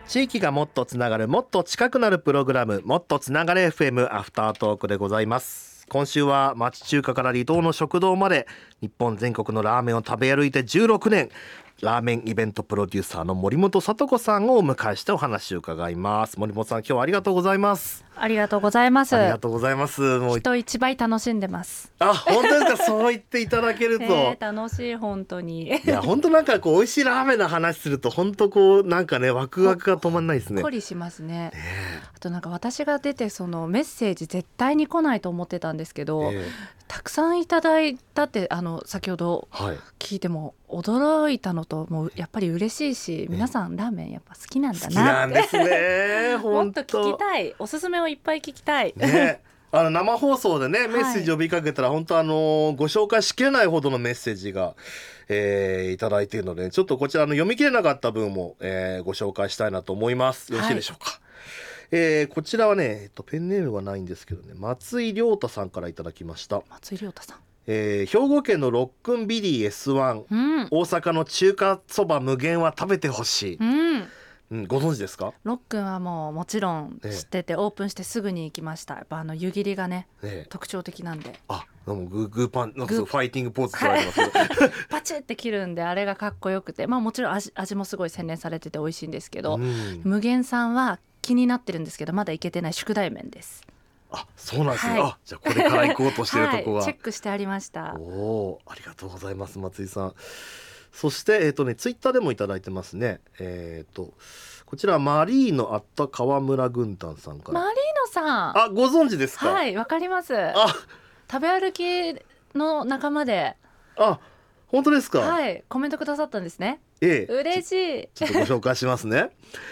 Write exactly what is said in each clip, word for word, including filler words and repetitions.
地域がもっとつながる、もっと近くなるプログラム、もっとつながれ エフエム アフタートークでございます。今週は町中華から離島の食堂まで日本全国のラーメンを食べ歩いてじゅうろくねん、ラーメンイベントプロデューサーの森本聡子さんをお迎えしてお話を伺います。森本さん、今日はありがとうございます。 ありがとうございます。 ありがとうございます。もう人一倍楽しんでます。 あ、本当ですか。そう言っていただけると、 えー、楽しい本当に。 いや本当なんかこう美味しいラーメンの話すると本当こうなんかねワクワクが止まんないですね。 ほっこりしますね。 ねあとなんか私が出てそのメッセージ絶対に来ないと思ってたんですけど、 えー、 たくさんいただいたってあの先ほど聞いても驚いたのと、もうやっぱり嬉しいし、皆さんラーメンやっぱ好きなんだなって。 好きなんですね。 もっと聞きたい、おすすめをいっぱい聞きたい、 ね、あの生放送でねメッセージを呼びかけたら、はい、本当あのご紹介しきれないほどのメッセージが、えー、いただいているので、ちょっとこちらの読み切れなかった分も、えー、ご紹介したいなと思います。よろしいでしょうか。はい、えー、こちらはね、えっと、ペンネームはないんですけどね、松井亮太さんからいただきました。 松井亮太さん、 えー、兵庫県のロックンビリー エスワン、うん、大阪の中華そば無限は食べてほしい、うんうん、ご存知ですか？ ロックンはもうもちろん知ってて、ええ、オープンしてすぐに行きました。やっぱあの湯切りがね、ええ、特徴的なんで。 あ、でもグーグーパンなんかファイティングポーズって言われてますパチって切るんで、あれがかっこよくて、まあもちろん 味, 味もすごい洗練されてて美味しいんですけど、うん、無限さんは気になってるんですけどまだ行けてない宿題麺です。 あ、そうなんですね、はい、あ、じゃあこれから行こうとしてるとこは、 はい、チェックしてありました。 おー、ありがとうございます松井さん。そして、えーとね、ツイッターでもいただいてますね。えーとこちらマリーノあった川村軍団さんから。 マリーノさん、 あ、ご存知ですか？ はい、わかります。あ、食べ歩きの仲間で。 あ、本当ですか？ はい、コメントくださったんですね。 ええ、 嬉しい。 ちょっとご紹介しますね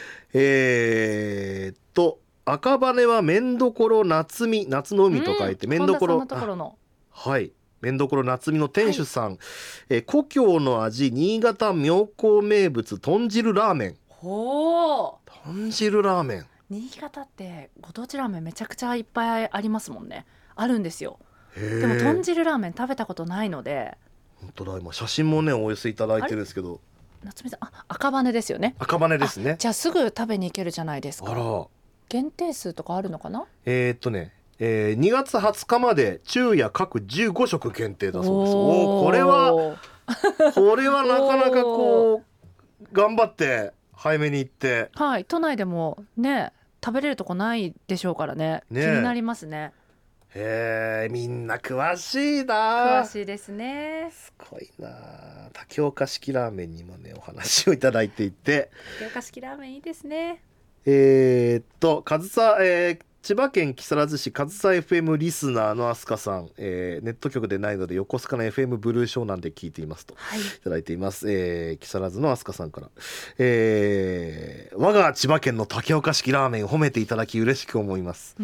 えーっと赤羽は麺どころ夏美、夏の海と書いて、うん、麺どころ、はい、麺どころ夏美の店主さん、はい、えー、故郷の味新潟妙高名物豚汁ラーメン。 ほー、 豚汁ラーメン。 新潟ってご当地ラーメンめちゃくちゃいっぱいありますもんね。あるんですよ。でも豚汁ラーメン食べたことないので。 本当だ、今写真もねお寄せいただいてるんですけど、 夏美さん、あ、赤羽ですよね。 赤羽ですね。 じゃあすぐ食べに行けるじゃないですか。 あら、 限定数とかあるのかな。 えー、っとね、えー、にがつはつかまで昼夜各じゅうごしょく限定だそうです。おお、これはこれはなかなかこう頑張って早めに行って、 はい、都内でもね食べれるとこないでしょうから ね, ね気になりますね。 へえ、みんな詳しいな。 詳しいですね。 すごいな。竹岡式ラーメンにもねお話をいただいていて、 竹岡式ラーメンいいですね。 えー、っと上総、えー、千葉県木更津市上総 エフエム リスナーのアスカさん、えー、ネット局でないので横須賀の エフエム ブルー湘南で聞いていますと、はい、いただいています。えー、木更津のアスカさんから、えー、我が千葉県の竹岡式ラーメンを褒めていただき嬉しく思います。うん、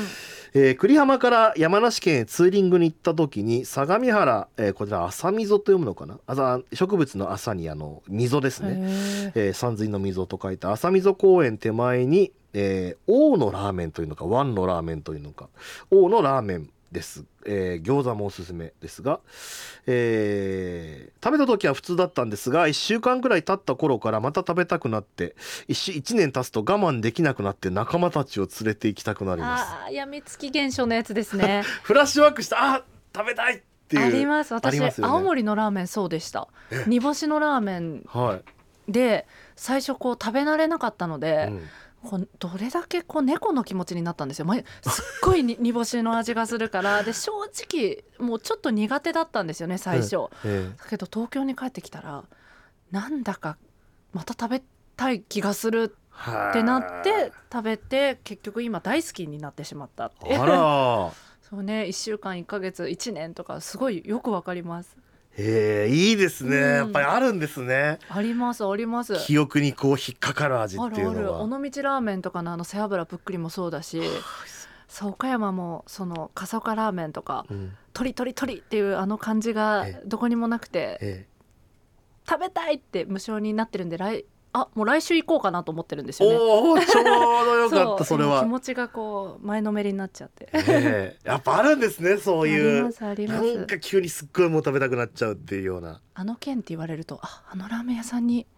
えー、栗浜から山梨県へツーリングに行った時に相模原、えー、こちら朝溝と読むのかな、朝植物の朝にあの溝ですね、えー、山水の溝と書いて朝溝公園手前に、えー、王のラーメンというのか湾のラーメンというのか王のラーメンです、えー、餃子もおすすめですが、えー、食べた時は普通だったんですがいっしゅうかんくらい経った頃からまた食べたくなって 1, いちねん経つと我慢できなくなって仲間たちを連れて行きたくなります。 あ、やみつき現象のやつですねフラッシュバックした、あ、食べたいっていう。 あります。私ます、ね、 青森のラーメンそうでした。煮干しのラーメンで最初こう食べ慣れなかったので、うん、こうどれだけこう猫の気持ちになったんですよ。すっごい煮干しの味がするからで正直もうちょっと苦手だったんですよね最初、ええ、だけど東京に帰ってきたらなんだかまた食べたい気がするってなって食べて結局今大好きになってしまったって。 あらそうね、いっしゅうかんいっかげついちねんとかすごいよくわかります。 へえ、いいですね、うん、やっぱりあるんですね。 ありますあります。 記憶にこう引っかかる味っていうのは。 あるある。尾道ラーメンとかのあの背脂ぷっくりもそうだし、そう岡山もその笠岡ラーメンとか、うん、トリトリトリっていうあの感じがどこにもなくて、ええ、食べたいって無性になってるんで来あもう来週行こうかなと思ってるんですよね。 おー、ちょうどよかったそれは気持ちがこう前のめりになっちゃって、 えー、やっぱあるんですねそういう。 ありますあります。 なんか急にすっごいもう食べたくなっちゃうっていうような。 あの県って言われると あ, あのラーメン屋さんに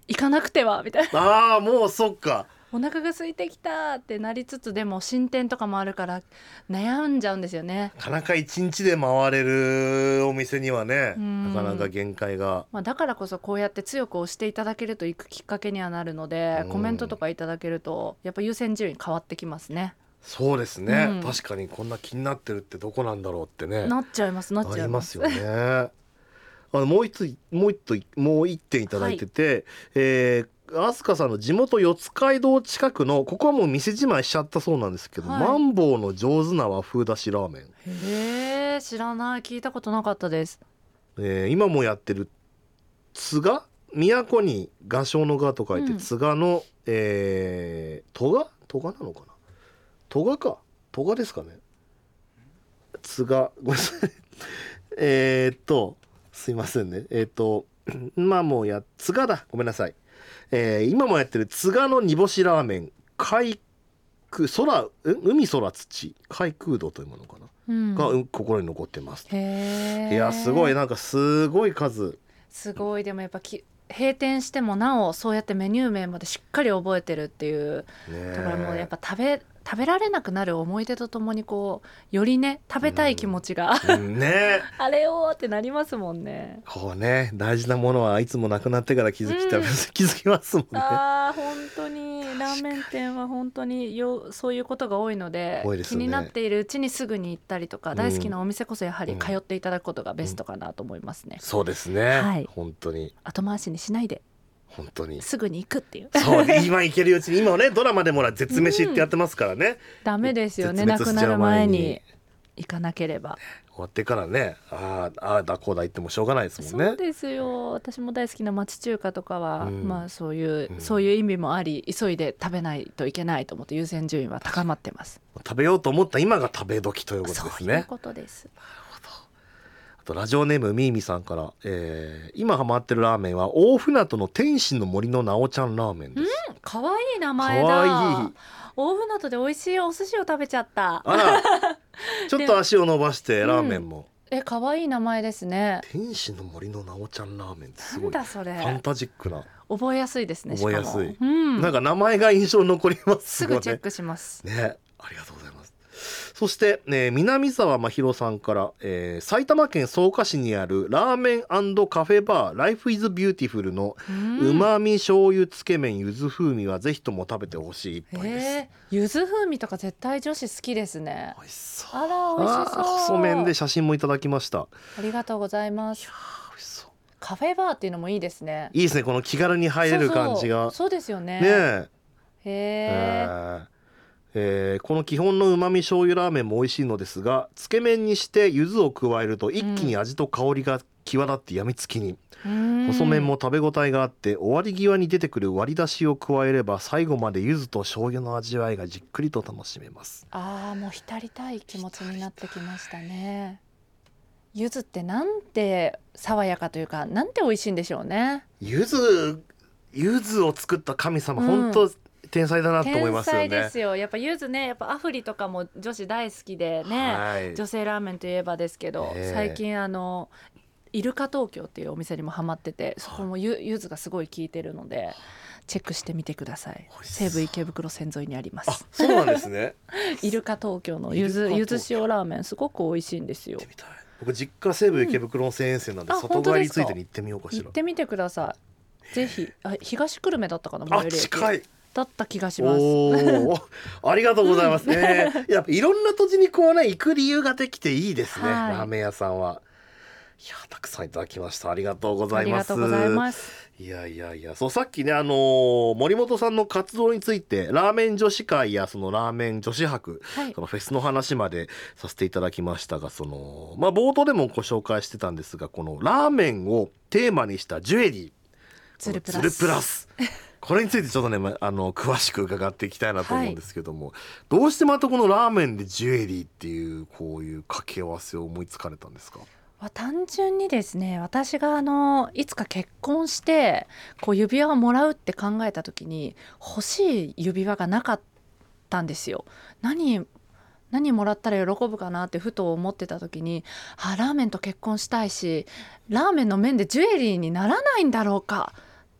行かなくてはみたいなああもうそっかお腹が空いてきたってなりつつでも進展とかもあるから悩んじゃうんですよね。 なかなか一日で回れるお店にはねなかなか限界が、 まあ、だからこそこうやって強く押していただけると行くきっかけにはなるのでコメントとかいただけるとやっぱ優先順位変わってきますね。 そうですね、 うん、 確かにこんな気になってるってどこなんだろうってねなっちゃいますなっちゃいますありますよねあのもう一つもう一つもう一点いただいてて、はい、えー、飛鳥さんの地元四街道近くのここはもう店じまいしちゃったそうなんですけど、はい、マンボウの上手な和風だしラーメン。 へえ知らない聞いたことなかったです。 えー、今もやってる津賀都に画商の画と書いて、うん、津賀の、えー、戸賀戸賀なのかな戸賀か戸賀ですかね津賀ごめんなさいえっとすいませんねえっ、ー、とまあもうや津賀だごめんなさい、えー、今もやってる津賀の煮干しラーメン海空空海空土海空洞というものかな、うん、が心に残ってます。へいやすごいなんかすごい数すごいでもやっぱき閉店してもなおそうやってメニュー名までしっかり覚えてるっていうところもやっぱ食べ食べられなくなる思い出とともにこうよりね食べたい気持ちが、うん、ねあれをってなりますもんね。 こうね大事なものはいつもなくなってから気づきた、うん、気づきますもんね。 あー本当にラーメン店は本当によそういうことが多いの で, 多いです、ね、気になっているうちにすぐに行ったりとか、うん、大好きなお店こそやはり通っていただくことがベストかなと思いますね、 うん、そうですね、はい、本当に後回しにしないで本当にすぐに行くっていうそう今行けるうちに今はねドラマでも絶飯ってやってますからね、うん、 ダメですよね亡くなる前に行かなければ終わってからねああだこうだ言ってもしょうがないですもんね。 そうですよ私も大好きな町中華とかは、うん、まあそういう、うん、そういう意味もあり急いで食べないといけないと思って優先順位は高まってます。 食べようと思った今が食べ時ということですね。 そういうことです。 あとラジオネームみーみさんから、えー、今ハマってるラーメンは大船渡の天使の森のなおちゃんラーメンです。 うん、かわいい名前だ。かわいい大船渡で美味しいお寿司を食べちゃった。あらちょっと足を伸ばしてラーメンも、 うん、えかわいい名前ですね。 天使の森のなおちゃんラーメンってすごいなんだそれファンタジックな覚えやすいですね。 覚えやすい、 うん、 なんか名前が印象に残ります。 すぐチェックしますね。ありがとうございます。そして、ね、南沢真弘さんから、えー、埼玉県草加市にあるラーメン&カフェバー Life is Beautiful のうまみ醤油つけ麺ゆず風味はぜひとも食べてほしい一杯です。えー、 ゆず風味とか絶対女子好きですね。 美味しそう。 あら美味しそう。 細麺で写真もいただきました。 ありがとうございます。いや美味しそう。カフェバーっていうのもいいですね。 いいですねこの気軽に入れる感じが。 そうそう、そうですよね。 ねえへええー、この基本のうまみ醤油ラーメンも美味しいのですがつけ麺にして柚子を加えると一気に味と香りが際立ってやみつきに、うん、細麺も食べ応えがあって終わり際に出てくる割り出しを加えれば最後まで柚子と醤油の味わいがじっくりと楽しめます。 あーもう浸りたい気持ちになってきましたね。柚子ってなんて爽やかというかなんて美味しいんでしょうね。 柚子柚子を作った神様、うん、本当天才だなと思いますよね。 天才ですよ。やっぱ柚子ねやっぱアフリとかも女子大好きでね、はい、女性ラーメンといえばですけど、えー、最近あのイルカ東京っていうお店にもハマっててそこもゆ柚子がすごい効いてるのでチェックしてみてください。西武池袋線沿いにあります。 あそうなんですねイルカ東京の柚子柚子塩ラーメンすごく美味しいんですよ。 僕実家西武池袋線沿線なんで、うん、外帰りついてに行ってみようかしら。 行ってみてくださいぜひ。あ東久留米だったかな。 あ近いだった気がします。 おありがとうございますね。やっぱいろんな土地にこうね行く理由ができていいですね、はい、ラーメン屋さんは。いやたくさんいただきました。ありがとうございます。 ありがとうございます。 いやいやいやそうさっきねあのー、森本さんの活動についてラーメン女子会やそのラーメン女子博、はい、そのフェスの話までさせていただきましたがその、まあ、冒頭でもご紹介してたんですがこのラーメンをテーマにしたジュエリーツルプラス、 ツルプラスこれについてちょっとね、ま、あの詳しく伺っていきたいなと思うんですけども、はい、どうしてまたこのラーメンでジュエリーっていうこういう掛け合わせを思いつかれたんですか？ 単純にですね私があのいつか結婚してこう指輪をもらうって考えた時に欲しい指輪がなかったんですよ。何何もらったら喜ぶかなってふと思ってた時にあラーメンと結婚したいしラーメンの麺でジュエリーにならないんだろうかっ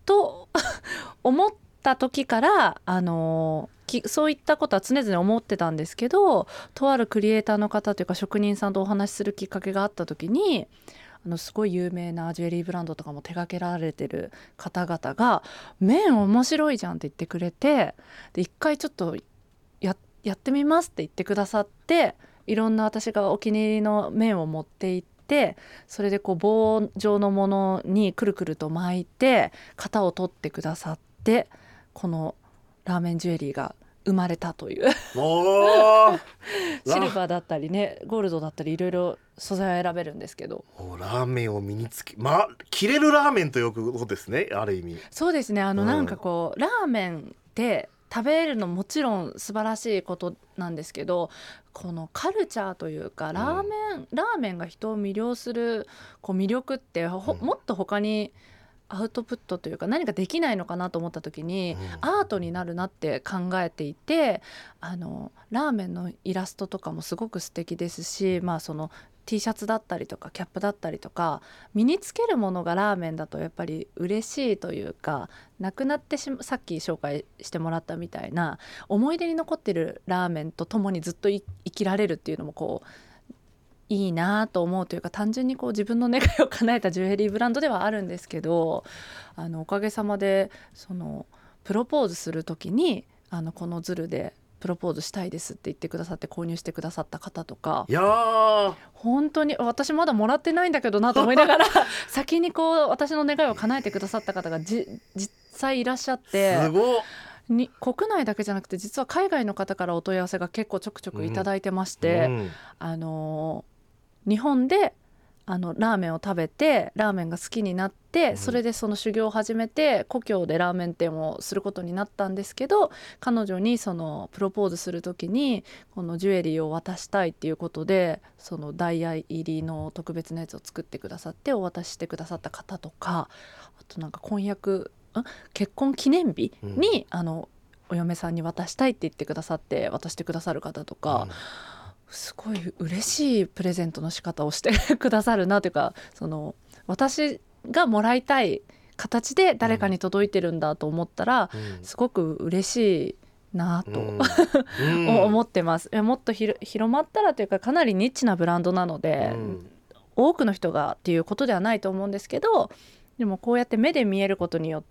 と思った時からあのそういったことは常々思ってたんですけど、とあるクリエイターの方というか職人さんとお話しするきっかけがあった時に、あのすごい有名なジュエリーブランドとかも手掛けられてる方々が麺面白いじゃんって言ってくれて、で一回ちょっと や, やってみますって言ってくださって、いろんな私がお気に入りの麺を持って行って、それでこう棒状のものにくるくると巻いて型を取ってくださって、このラーメンジュエリーが生まれたというおシルバーだったりね、ゴールドだったりいろいろ素材を選べるんですけど、 ラーメンを身につけ、まあ切れるラーメンということですね、ある意味。 そうですね、あの、うん、なんかこうラーメンって食べるのもちろん素晴らしいことなんですけど、このカルチャーというかラーメン、うん、ラーメンが人を魅了するこう魅力ってほ、うん、もっと他にアウトプットというか何かできないのかなと思った時に、うん、アートになるなって考えていて、あのラーメンのイラストとかもすごく素敵ですし、まあその T シャツだったりとかキャップだったりとか身につけるものがラーメンだとやっぱり嬉しいというか、なくなってしま、さっき紹介してもらったみたいな思い出に残ってるラーメンとともにずっと生きられるっていうのもこういいなと思うというか、単純にこう自分の願いを叶えたジュエリーブランドではあるんですけど、あのおかげさまでそのプロポーズする時にあのこのズルでプロポーズしたいですって言ってくださって購入してくださった方とか、 いやー本当に私まだもらってないんだけどなと思いながら先にこう私の願いを叶えてくださった方がじ実際いらっしゃって、 すごっに国内だけじゃなくて実は海外の方からお問い合わせが結構ちょくちょくいただいてまして、うんうん、あの日本であのラーメンを食べてラーメンが好きになって、うん、それでその修行を始めて故郷でラーメン店をすることになったんですけど、彼女にそのプロポーズする時にこのジュエリーを渡したいっていうことで、そのダイヤ入りの特別なやつを作ってくださってお渡ししてくださった方とか、あとなんか婚約ん結婚記念日に、うん、あのお嫁さんに渡したいって言ってくださって渡してくださる方とか、うん、すごい嬉しいプレゼントの仕方をしてくださるなというか、その私がもらいたい形で誰かに届いてるんだと思ったら、うん、すごく嬉しいなと、うん、思ってます。もっとひろ広まったらというか、かなりニッチなブランドなので、うん、多くの人がっていうことではないと思うんですけど、でもこうやって目で見えることによって、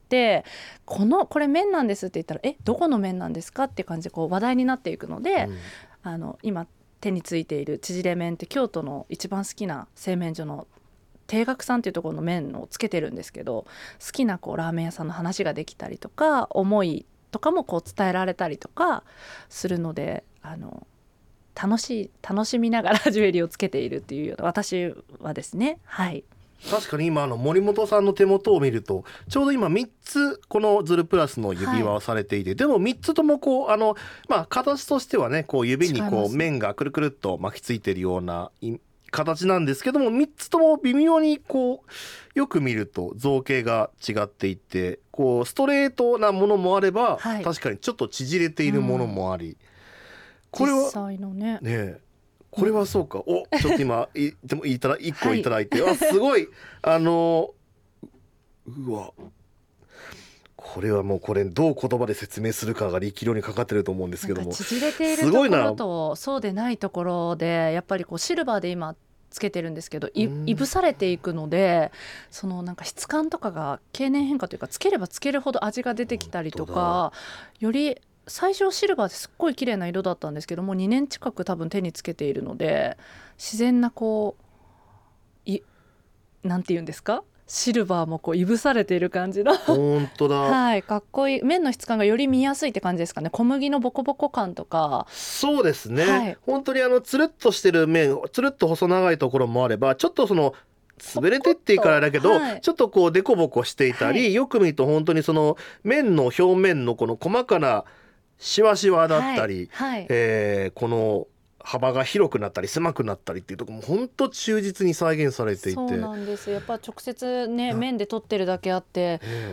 このこれ麺なんですって言ったら、えどこの麺なんですかって感じでこう話題になっていくので、うん、あの今手についている縮れ麺って京都の一番好きな製麺所の定学さんっていうところの麺をつけてるんですけど、好きなこうラーメン屋さんの話ができたりとか思いとかもこう伝えられたりとかするので、あの楽しい楽しみながらジュエリーをつけているっていうような私はですね。はい、 確かに今あの森本さんの手元を見るとちょうど今みっつこのズルプラスの指輪をされていて、はい、でもみっつともこうあの、まあ、形としてはねこう指にこう面がくるくるっと巻きついているような形なんですけども、みっつとも微妙にこうよく見ると造形が違っていて、こうストレートなものもあれば、はい、確かにちょっと縮れているものもあり、うん、これは実際のねねこれはそうか、おちょっと今いでもいただいっこいただいて、はい、あすごいあのうわこれはもうこれどう言葉で説明するかが力量にかかってると思うんですけども、 縮れているところとそうでないところでやっぱりこうシルバーで今つけてるんですけど、いいぶされていくので、そのなんか質感とかが経年変化というか、つければつけるほど味が出てきたりとか、より最初シルバーですっごい綺麗な色だったんですけども、にねん近く多分手につけているので、自然なこういなんていうんですか、シルバーもこういぶされている感じの本当だはい、かっこいい。麺の質感がより見やすいって感じですかね。小麦のボコボコ感とか。 そうですね、はい、本当にあのつるっとしてる麺、つるっと細長いところもあれば、ちょっとその滑れてっていいからだけど、はい、ちょっとこうデコボコしていたり、はい、よく見ると本当にその麺の表面のこの細かなシワシワだったり、はいはい、えー、この幅が広くなったり狭くなったりっていうところも本当忠実に再現されていて、 そうなんです。やっぱ直接ね麺で取ってるだけあって、えー、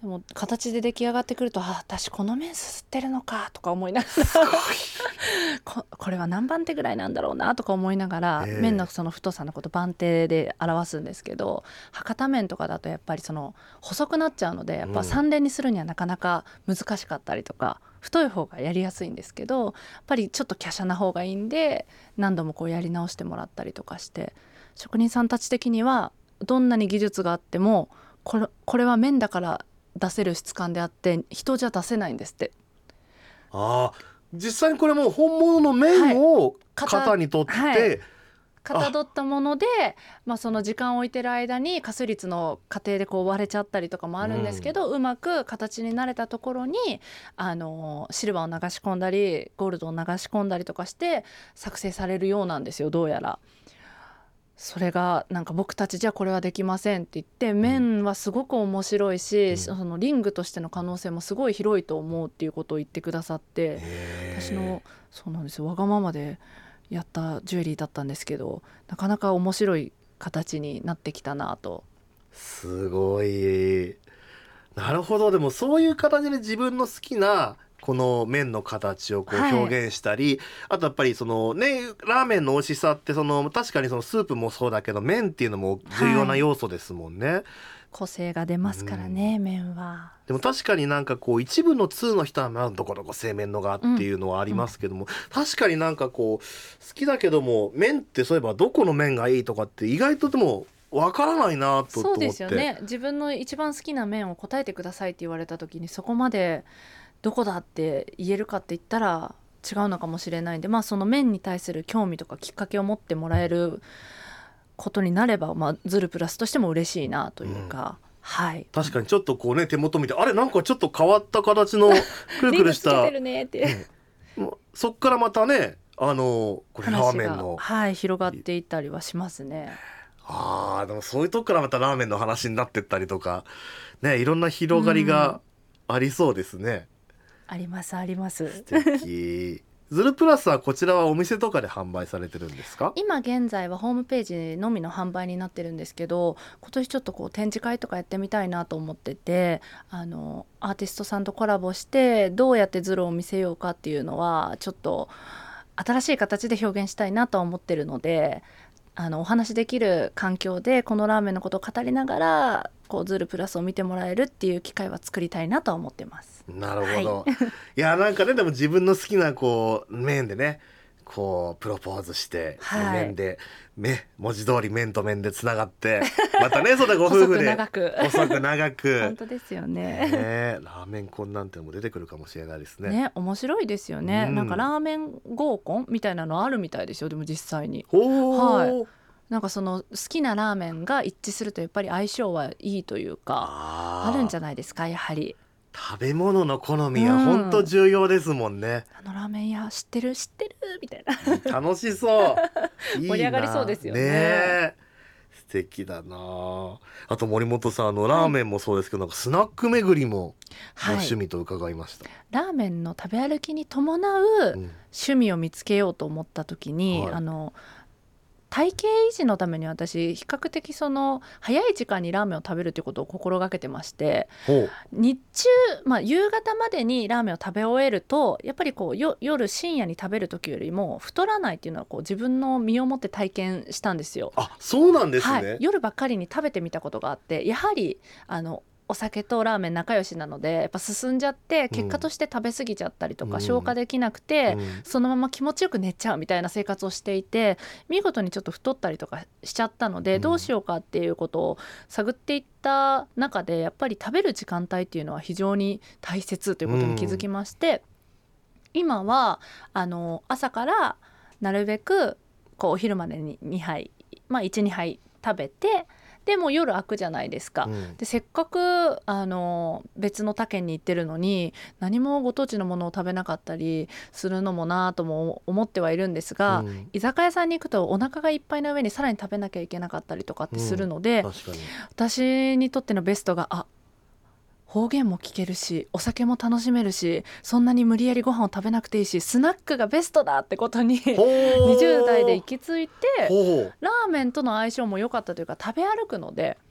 でも形で出来上がってくると、あ、私この麺すすってるのかとか思いながらこ, これは何番手ぐらいなんだろうなとか思いながら、えー、麺のその太さのこと番手で表すんですけど、博多麺とかだとやっぱりその細くなっちゃうので、やっぱ三連にするにはなかなか難しかったりとか、うん、太い方がやりやすいんですけど、やっぱりちょっと華奢な方がいいんで何度もこうやり直してもらったりとかして、職人さんたち的にはどんなに技術があってもこれ、これは麺だから出せる質感であって人じゃ出せないんですって。 ああ、実際にこれも本物の麺を型に取って、はいはい、 かたどったもので、まあ、その時間を置いてる間に加水率の過程でこう割れちゃったりとかもあるんですけど、うん、うまく形になれたところにあのシルバーを流し込んだりゴールドを流し込んだりとかして作成されるようなんですよ、どうやら。それがなんか僕たちじゃこれはできませんって言って、麺はすごく面白いし、うん、そのリングとしての可能性もすごい広いと思うっていうことを言ってくださって、私のそうなんですよ、わがままでやったジュエリーだったんですけど、なかなか面白い形になってきたなと。 すごい、なるほど。でもそういう形で自分の好きなこの麺の形をこう表現したり、はい、あとやっぱりそのね、ラーメンの美味しさってその確かにそのスープもそうだけど麺っていうのも重要な要素ですもんね、はい、 個性が出ますからね、うん、麺は。 でも確かになんかこう一部の通の人はまあどこどこ製麺のがっていうのはありますけども、うんうん、確かになんかこう好きだけども麺ってそういえばどこの麺がいいとかって意外とでもわからないなと思って。 そうですよね、自分の一番好きな麺を答えてくださいって言われた時にそこまでどこだって言えるかって言ったら違うのかもしれないんで、まあ、その麺に対する興味とかきっかけを持ってもらえることになれば、まあ、ズルプラスとしても嬉しいなというか、うん、はい、 確かにちょっとこうね手元見てあれなんかちょっと変わった形のくるくるしたリングつけてるねって、 うん、そっからまたねあのこれラーメンの、 はい、広がっていったりはしますね。 あーでもそういうとこからまたラーメンの話になってったりとかね、いろんな広がりがありそうですね、 うん、ありますあります。 素敵ズルプラスはこちらはお店とかで販売されてるんですか？ 今現在はホームページのみの販売になってるんですけど、今年ちょっとこう展示会とかやってみたいなと思ってて、あのアーティストさんとコラボしてどうやってズルを見せようかっていうのはちょっと新しい形で表現したいなとは思ってるので、あのお話できる環境でこのラーメンのことを語りながらこうズルプラスを見てもらえるっていう機会は作りたいなとは思ってます。 なるほど、はい、いやなんかねでも自分の好きなこう麺でねこうプロポーズして、はい、その麺で、ね、文字通り麺と麺でつながってまたねそれでご夫婦で細く長く細く長く本当ですよ ね, ねラーメン婚なんてのも出てくるかもしれないですね。 ね、面白いですよね、うん、なんかラーメン合コンみたいなのあるみたいですよ。でも実際にほー、 はい、なんかその好きなラーメンが一致するとやっぱり相性はいいというか あ, あるんじゃないですか。やはり食べ物の好みは本当重要ですもんね、 うん、あのラーメン屋知ってる知ってるみたいな楽しそういいな盛り上がりそうですよ ね, ね素敵だなあ。と森本さんあのラーメンもそうですけど、はい、なんかスナック巡りもご趣味と伺いました、はい、 ラーメンの食べ歩きに伴う趣味を見つけようと思った時に、うん、あの体型維持のために私比較的その早い時間にラーメンを食べるということを心がけてまして、日中、まあ、夕方までにラーメンを食べ終えるとやっぱりこうよ夜深夜に食べる時よりも太らないっていうのはこう自分の身をもって体験したんですよ。 あ、そうなんですね、 はい、夜ばっかりに食べてみたことがあって、やはりあのお酒とラーメン仲良しなのでやっぱ進んじゃって結果として食べ過ぎちゃったりとか、うん、消化できなくて、うん、そのまま気持ちよく寝ちゃうみたいな生活をしていて見事にちょっと太ったりとかしちゃったので、うん、どうしようかっていうことを探っていった中でやっぱり食べる時間帯っていうのは非常に大切ということに気づきまして、うん、今はあの朝からなるべくこうお昼までににはい、まあ、いちにはい食べてでも夜開くじゃないですか、うん、でせっかくあの別の他県に行ってるのに何もご当地のものを食べなかったりするのもなとも思ってはいるんですが、うん、居酒屋さんに行くとお腹がいっぱいな上にさらに食べなきゃいけなかったりとかってするので、 うん、確かに私にとってのベストがあ方言も聞けるしお酒も楽しめるしそんなに無理やりご飯を食べなくていいしスナックがベストだってことににじゅう代で行き着いてラーメンとの相性も良かったというか食べ歩くので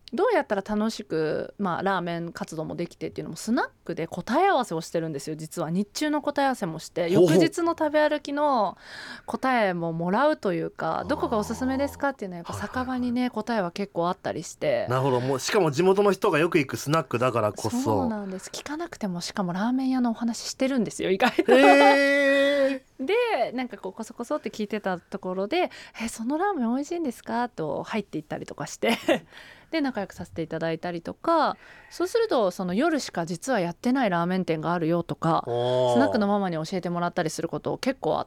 どうやったら楽しく、まあ、ラーメン活動もできてっていうのもスナックで答え合わせをしてるんですよ。実は日中の答え合わせもして翌日の食べ歩きの答えももらうというか、どこがおすすめですかっていうのはやっぱ酒場にね、はいはいはい、答えは結構あったりして。 なるほど。もうしかも地元の人がよく行くスナックだからこそ。 そうなんです。聞かなくてもしかもラーメン屋のお話してるんですよ意外と。 へーでなんかこうコソコソって聞いてたところでえそのラーメン美味しいんですかと入っていったりとかしてで仲良くさせていただいたりとか、そうするとその夜しか実はやってないラーメン店があるよとかスナックのママに教えてもらったりすること結構あって、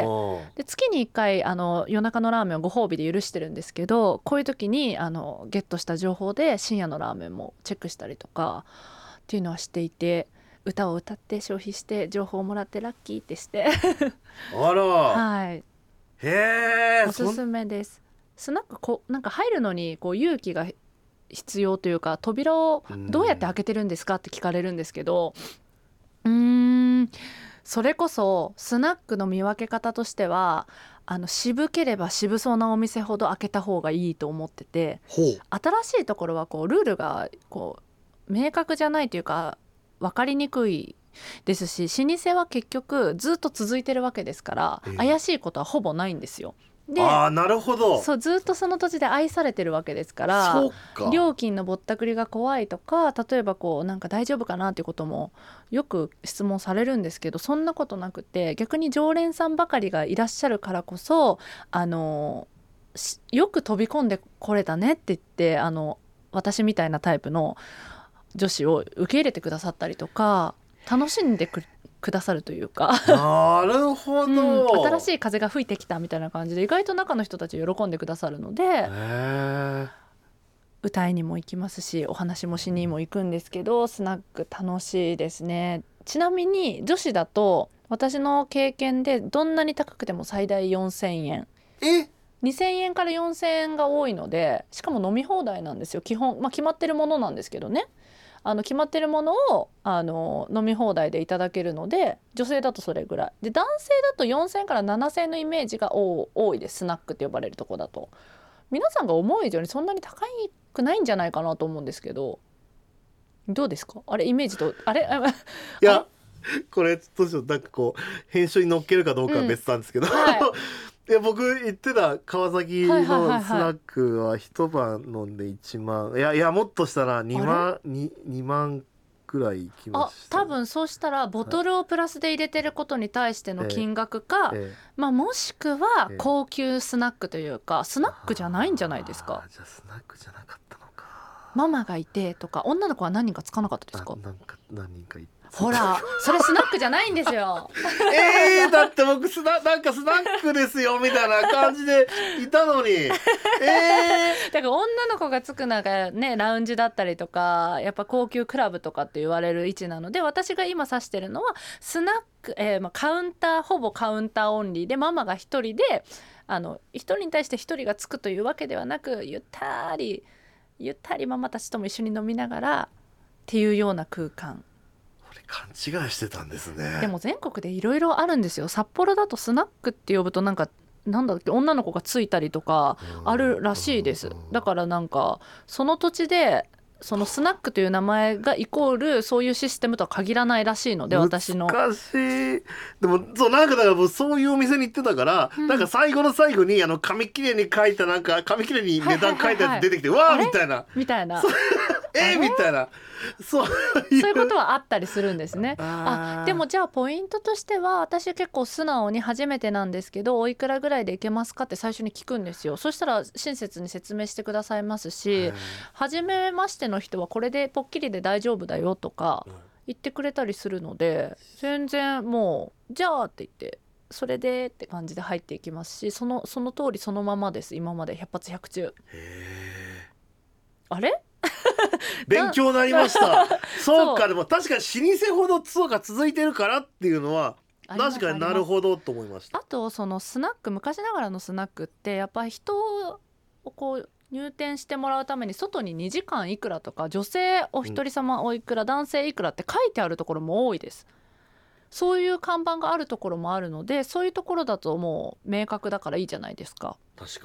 で月にいっかいあの夜中のラーメンをご褒美で許してるんですけど、こういう時にあのゲットした情報で深夜のラーメンもチェックしたりとかっていうのはしていて、歌を歌って消費して情報をもらってラッキーってしてあら、 はい、 へーおすすめです。スナックこなんか入るのにこう勇気が必要というか、扉をどうやって開けてるんですかって聞かれるんですけど、うーんそれこそスナックの見分け方としてはあの渋ければ渋そうなお店ほど開けた方がいいと思ってて、新しいところはこうルールがこう明確じゃないというか分かりにくいですし、老舗は結局ずっと続いてるわけですから、えー、怪しいことはほぼないんですよ。であーなるほど。 そうずっとその土地で愛されてるわけですから、 そうか、 料金のぼったくりが怖いとか、例えばこうなんか大丈夫かなっていうこともよく質問されるんですけど、そんなことなくて逆に常連さんばかりがいらっしゃるからこそあのよく飛び込んでこれたねって言ってあの私みたいなタイプの女子を受け入れてくださったりとか楽しんでくくださるというかなるほど、 うん、新しい風が吹いてきたみたいな感じで意外と中の人たち喜んでくださるので、 へ歌いにも行きますしお話もしにも行くんですけど、スナック楽しいですね。ちなみに女子だと私の経験でどんなに高くても最大よんせんえん、 えにせんえんからよんせんえんが多いので、しかも飲み放題なんですよ基本、まあ、決まってるものなんですけどね、あの決まってるものをあの飲み放題でいただけるので、女性だとそれぐらいで男性だとよんせんえんからななせんえんのイメージが多いです。スナックって呼ばれるとこだと皆さんが思う以上にそんなに高くないんじゃないかなと思うんですけど、どうですかあれイメージとあれいやこれどうしよう、なんかこう編集に載っけるかどうかは別なんですけど、うんはいいや僕行ってた川崎のスナックは一晩飲んでいちまん、いやいやもっとしたらにまん 2, にまんくらい行きました。 あ多分そうしたらボトルをプラスで入れてることに対しての金額か、ええまあ、もしくは高級スナックというか、スナックじゃないんじゃないですか。 じゃあスナックじゃなかったのか。 ママがいてとか女の子は何人かつかなかったですか。 なんか何人かいて、 ほらそれスナックじゃないんですよえー、だって僕スナなんかスナックですよみたいな感じでいたのにえー、 だから女の子がつくのがねラウンジだったりとかやっぱ高級クラブとかって言われる位置なので、私が今指してるのはスナック、えーまあ、カウンターほぼカウンターオンリーでママが一人であの一人に対して一人がつくというわけではなく、ゆったりゆったりママたちとも一緒に飲みながらっていうような空間。 勘違いしてたんですね。 でも全国でいろいろあるんですよ。札幌だとスナックって呼ぶとなんかなんだっけ女の子がついたりとかあるらしいです。だからなんかその土地でそのスナックという名前がイコールそういうシステムとは限らないらしいので、私の難しい。でもそうなんかだからもうそういうお店に行ってたから、うん、なんか最後の最後にあの紙切れに書いたなんか紙切れに値段書いたやつ出てきて、はいはいはい、わーみたいなみたいなえー、みたいなそういうそういうことはあったりするんですね。あでもじゃあポイントとしては私結構素直に初めてなんですけどおいくらぐらいでいけますかって最初に聞くんですよ。そしたら親切に説明してくださいますし、初めましての人はこれでポッキリで大丈夫だよとか言ってくれたりするので、全然もうじゃあって言ってそれでって感じで入っていきますし、そのその通りそのままです。今までひゃく発ひゃく中。へあれ勉強になりましたそうか。でも確かに老舗ほどツアーが続いてるからっていうのは確かになるほどと思いました。 あとそのスナック、昔ながらのスナックってやっぱり人をこう入店してもらうために外ににじかんいくらとか女性お一人様おいくら、うん、男性いくらって書いてあるところも多いです。そういう看板があるところもあるので、そういうところだともう明確だからいいじゃないですか。 確かに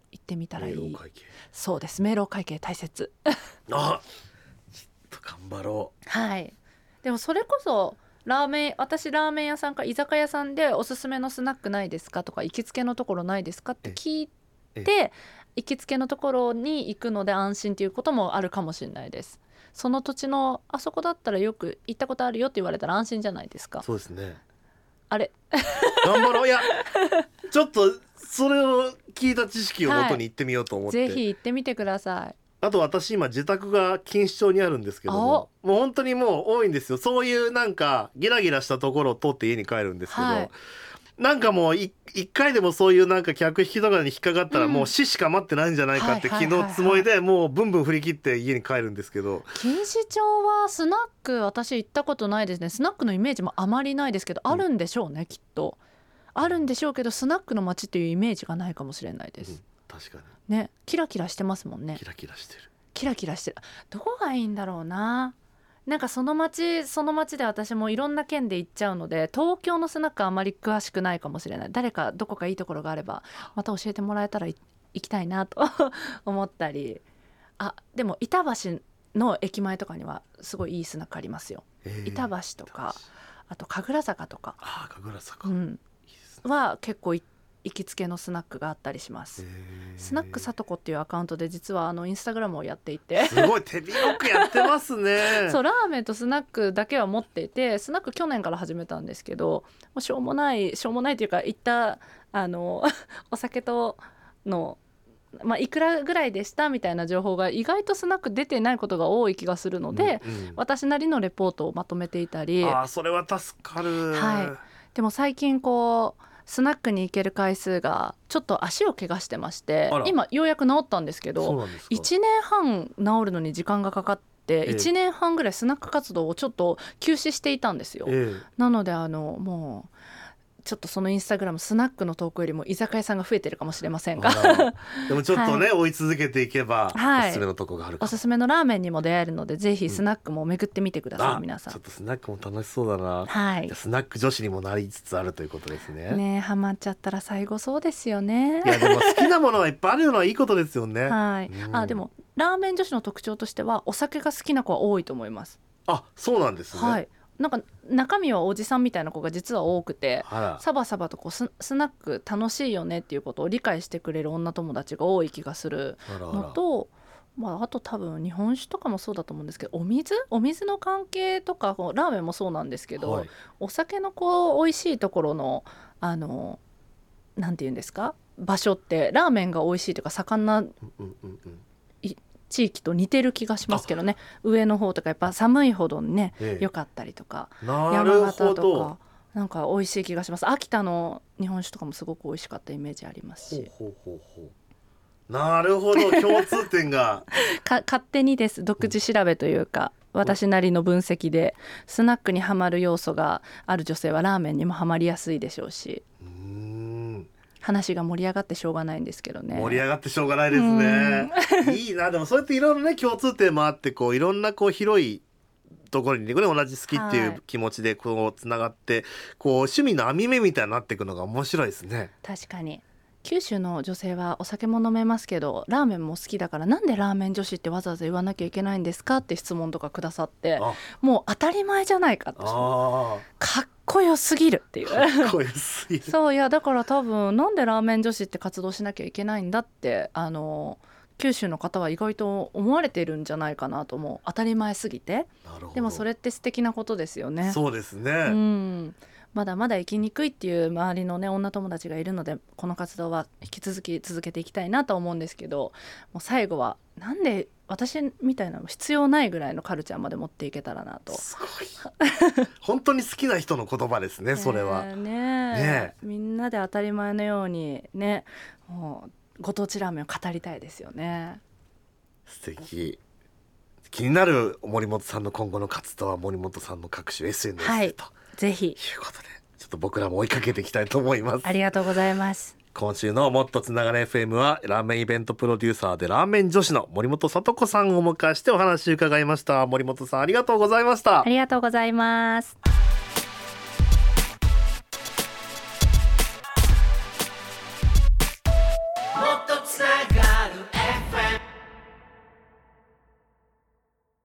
行ってみたらいい。 明朗会計。 そうです、明朗会計大切あ、ちょっと頑張ろう。 はい。でもそれこそラーメン、私ラーメン屋さんか居酒屋さんでおすすめのスナックないですかとか行きつけのところないですかって聞いて、行きつけのところに行くので安心っていうこともあるかもしれないです。その土地のあそこだったらよく行ったことあるよって言われたら安心じゃないですか。 そうですね。 あれ頑張ろう。いやちょっとそれを聞いた知識をもとに行ってみようと思って、 はい、ぜひ行ってみてください。 あと私今自宅が錦糸町にあるんですけども、もう本当にもう多いんですよ。そういうなんかギラギラしたところを通って家に帰るんですけど、はい、なんかもう一回でもそういうなんか客引きとかに引っかかったらもう死しか待ってないんじゃないかって昨日つもりでもうブンブン振り切って家に帰るんですけど、 錦糸町はスナック私行ったことないですね。スナックのイメージもあまりないですけど、あるんでしょうね、うん、きっとあるんでしょうけど、スナックの街っていうイメージがないかもしれないです、うん、 確かにね。キラキラしてますもんね。 キラキラしてる。 キラキラしてる。どこがいいんだろうな。なんかその街その街で私もいろんな県で行っちゃうので、東京のスナックあまり詳しくないかもしれない。誰かどこかいいところがあればまた教えてもらえたら行きたいなと思ったり。あ、でも板橋の駅前とかにはすごいいいスナックありますよ、えー、板橋とかあと神楽坂とか、 あ、神楽坂、 うん、いいですね、は結構行きつけのスナックがあったりします、えー、スナックさとこっていうアカウントで実はあのインスタグラムをやっていてすごい手広くやってますねそう、ラーメンとスナックだけは持っていて、スナック去年から始めたんですけど、もうしょうもないしょうもないというか、行ったあのお酒とのまあ、いくらぐらいでしたみたいな情報が意外とスナック出てないことが多い気がするので、うんうん、私なりのレポートをまとめていたり。 あ、それは助かる、 はい、でも最近こうスナックに行ける回数がちょっと足を怪我してまして、今ようやく治ったんですけど、いちねんはん治るのに時間がかかって、いちねんはんぐらいスナック活動をちょっと休止していたんですよ、ええ、なのであのもうちょっとそのインスタグラムスナックの投稿よりも居酒屋さんが増えてるかもしれませんがでもちょっとね、はい、追い続けていけば、はい、おすすめのとこがあるかも。 おすすめのラーメンにも出会えるので、ぜひスナックも巡ってみてください、うん、皆さん。 ちょっとスナックも楽しそうだな、 はい、 スナック女子にもなりつつあるということですね。 ね、ハマっちゃったら最後そうですよね。 いやでも好きなものはいっぱいあるのはいいことですよねはい、うん、あ、でもラーメン女子の特徴としてはお酒が好きな子は多いと思います。 あ、そうなんですね。 はい、なんか中身はおじさんみたいな子が実は多くて、サバサバとこう ス, スナック楽しいよねっていうことを理解してくれる女友達が多い気がするのと、あ, らあ, ら、まあ、あと多分日本酒とかもそうだと思うんですけど、お水お水の関係とかラーメンもそうなんですけど、はい、お酒のこう美味しいところのあのなんていうんですか、場所ってラーメンが美味しいというか盛んな、うんうんうん、地域と似てる気がしますけどね。上の方とかやっぱ寒いほどね良、ええ、かったりとか、山形とかなんか美味しい気がします。秋田の日本酒とかもすごく美味しかったイメージありますし。 ほうほうほうほう、なるほど、共通点がか勝手にです、独自調べというか、うん、私なりの分析でスナックにはまる要素がある女性はラーメンにもはまりやすいでしょうし、うーん、話が盛り上がってしょうがないんですけどね。 盛り上がってしょうがないですねいいな。でもそうやっていろんなね共通点もあって、こういろんなこう広いところに、ね、同じ好きっていう気持ちでこうつながって、はい、こう趣味の網目みたいになっていくのが面白いですね。 確かに九州の女性はお酒も飲めますけどラーメンも好きだから、なんでラーメン女子ってわざわざ言わなきゃいけないんですかって質問とかくださって、もう当たり前じゃないかって、かっこよすぎるっていう、 かっこよすぎるそう、いやだから多分なんでラーメン女子って活動しなきゃいけないんだって、あの九州の方は意外と思われているんじゃないかなと思う。当たり前すぎて。でもそれって素敵なことですよね。 そうですね、 うん、まだまだ生きにくいっていう周りのね女友達がいるので、この活動は引き続き続けていきたいなと思うんですけど、もう最後はなんで私みたいなの必要ないぐらいのカルチャーまで持っていけたらなと。 すごい本当に好きな人の言葉ですねそれは、 えー、ねねみんなで当たり前のようにね、もうご当地ラーメンを語りたいですよね。 素敵。気になる森本さんの今後の活動は森本さんの各種 エスエヌエス で、はい、とぜひいうことで、ちょっと僕らも追いかけていきたいと思います。 ありがとうございます。 今週のもっとつながれ エフエム はラーメンイベントプロデューサーでラーメン女子の森本聡子さんをお迎えしてお話を伺いました。森本さんありがとうございました。 ありがとうございます。